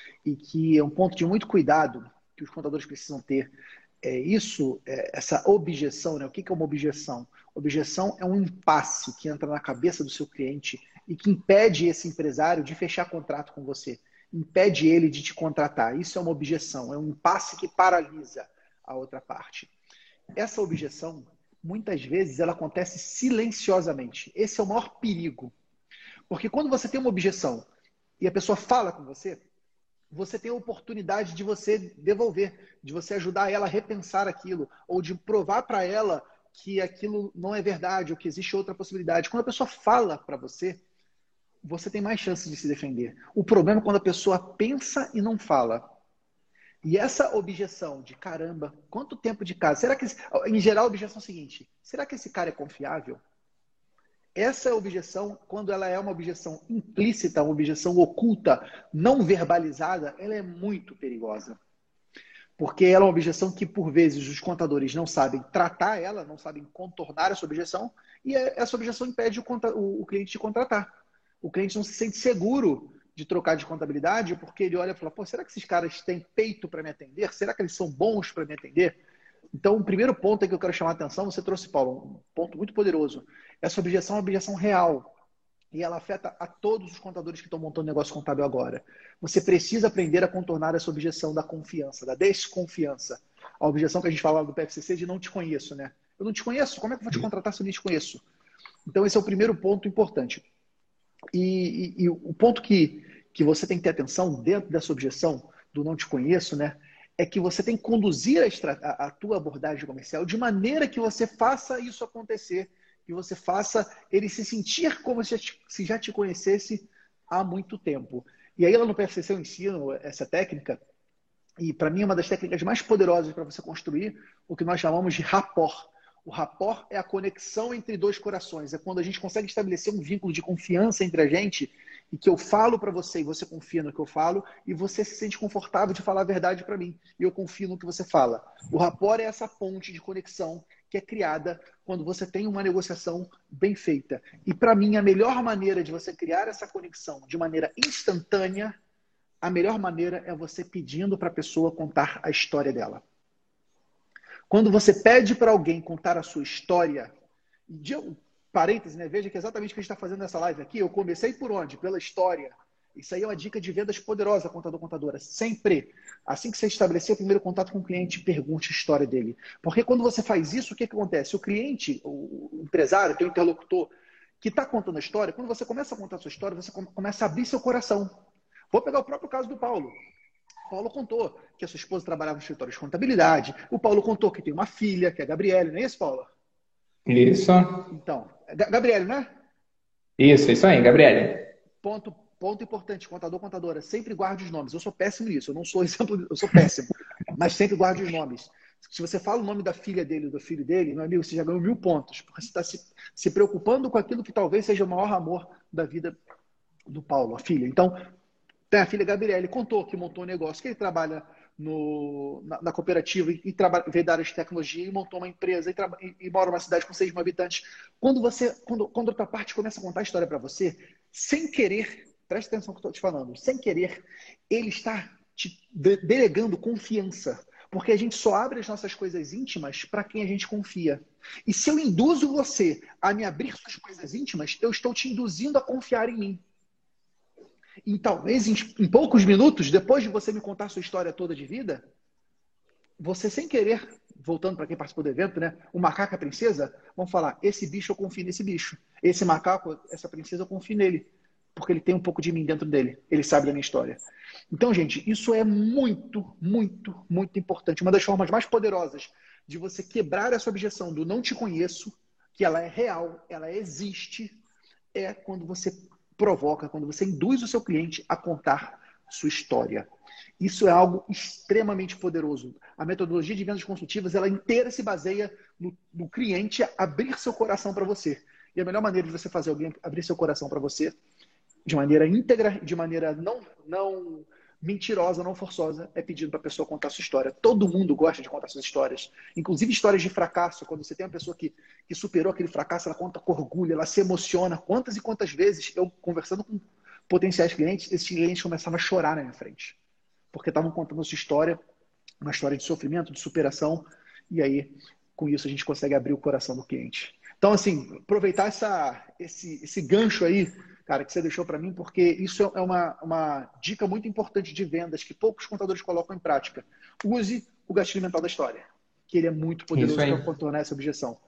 e que é um ponto de muito cuidado que os contadores precisam ter. Essa objeção, né? O que é uma objeção? Objeção é um impasse que entra na cabeça do seu cliente e que impede esse empresário de fechar contrato com você, impede ele de te contratar. Isso é uma objeção, é um impasse que paralisa a outra parte. Essa objeção, muitas vezes, ela acontece silenciosamente. Esse é o maior perigo. Porque quando você tem uma objeção e a pessoa fala com você, você tem a oportunidade de você devolver, de você ajudar ela a repensar aquilo, ou de provar para ela que aquilo não é verdade, ou que existe outra possibilidade. Quando a pessoa fala para você, você tem mais chance de se defender. O problema é quando a pessoa pensa e não fala. E essa objeção de caramba, quanto tempo de casa? Será que, em geral, a objeção é a seguinte: será que esse cara é confiável? Essa objeção, quando ela é uma objeção implícita, uma objeção oculta, não verbalizada, ela é muito perigosa. Porque ela é uma objeção que, por vezes, os contadores não sabem tratar ela, não sabem contornar essa objeção, e essa objeção impede o cliente de contratar. O cliente não se sente seguro de trocar de contabilidade porque ele olha e fala, pô, será que esses caras têm peito para me atender? Será que eles são bons para me atender? Então, o primeiro ponto que eu quero chamar a atenção, você trouxe, Paulo, um ponto muito poderoso. Essa objeção é uma objeção real. E ela afeta a todos os contadores que estão montando negócio contábil agora. Você precisa aprender a contornar essa objeção da confiança, da desconfiança. A objeção que a gente falava do PFCC de não te conheço, né? Eu não te conheço, como é que eu vou te contratar se eu nem te conheço? Então, esse é o primeiro ponto importante. E o ponto que você tem que ter atenção dentro dessa objeção do não te conheço, né? É que você tem que conduzir a tua abordagem comercial de maneira que você faça isso acontecer, que você faça ele se sentir como se já te conhecesse há muito tempo. E aí lá no PFCC eu ensino essa técnica, e para mim é uma das técnicas mais poderosas para você construir o que nós chamamos de rapport. O rapport é a conexão entre dois corações. É quando a gente consegue estabelecer um vínculo de confiança entre a gente e que eu falo para você e você confia no que eu falo e você se sente confortável de falar a verdade para mim e eu confio no que você fala. O rapport é essa ponte de conexão que é criada quando você tem uma negociação bem feita. E para mim, a melhor maneira de você criar essa conexão de maneira instantânea, a melhor maneira é você pedindo para a pessoa contar a história dela. Quando você pede para alguém contar a sua história, parêntese, né? Veja que exatamente o que a gente está fazendo nessa live aqui, eu comecei por onde? Pela história. Isso aí é uma dica de vendas poderosa, contador, contadora. Sempre, assim que você estabelecer o primeiro contato com o cliente, pergunte a história dele. Porque quando você faz isso, o que acontece? O cliente, o empresário, o teu interlocutor, que está contando a história, quando você começa a contar a sua história, você começa a abrir seu coração. Vou pegar o próprio caso do Paulo. O Paulo contou que a sua esposa trabalhava no escritório de contabilidade. O Paulo contou que tem uma filha, que é a Gabriele, não é isso, Paulo? Isso, Então, Gabriele, né? isso aí, Gabriele. Ponto importante, contador, contadora, sempre guarde os nomes. Eu sou péssimo nisso, eu não sou exemplo, eu sou péssimo, mas sempre guarde os nomes. Se você fala o nome da filha dele, do filho dele, meu amigo, você já ganhou 1000 pontos, porque você está se preocupando com aquilo que talvez seja o maior amor da vida do Paulo, a filha. Então, tem a filha Gabriele, contou que montou um negócio, que ele trabalha na cooperativa e veio da área de tecnologia e montou uma empresa e mora numa cidade com 6 mil habitantes. Quando outra parte começa a contar a história para você, sem querer, preste atenção no que eu estou te falando, sem querer, ele está te delegando confiança. Porque a gente só abre as nossas coisas íntimas para quem a gente confia. E se eu induzo você a me abrir suas coisas íntimas, eu estou te induzindo a confiar em mim. E talvez em poucos minutos, depois de você me contar sua história toda de vida, você sem querer, voltando para quem participou do evento, né? O macaco e a princesa, vão falar, esse bicho eu confio nesse bicho. Esse macaco, essa princesa eu confio nele. Porque ele tem um pouco de mim dentro dele. Ele sabe da minha história. Então, gente, isso é muito, muito, muito importante. Uma das formas mais poderosas de você quebrar essa objeção do não te conheço, que ela é real, ela existe, é quando você provoca, quando você induz o seu cliente a contar sua história. Isso é algo extremamente poderoso. A metodologia de vendas consultivas, ela inteira se baseia no cliente abrir seu coração para você. E a melhor maneira de você fazer alguém abrir seu coração para você, de maneira íntegra, de maneira não mentirosa, não forçosa, é pedindo para a pessoa contar sua história. Todo mundo gosta de contar suas histórias. Inclusive histórias de fracasso. Quando você tem uma pessoa que superou aquele fracasso, ela conta com orgulho, ela se emociona. Quantas e quantas vezes eu, conversando com potenciais clientes, esses clientes começavam a chorar na minha frente. porque estavam contando a sua história, uma história de sofrimento, de superação, e aí, com isso, a gente consegue abrir o coração do cliente. Então, assim, aproveitar esse gancho aí, cara, que você deixou para mim, porque isso é uma dica muito importante de vendas que poucos contadores colocam em prática. Use o gatilho mental da história, que ele é muito Isso poderoso para aí. contornar essa objeção.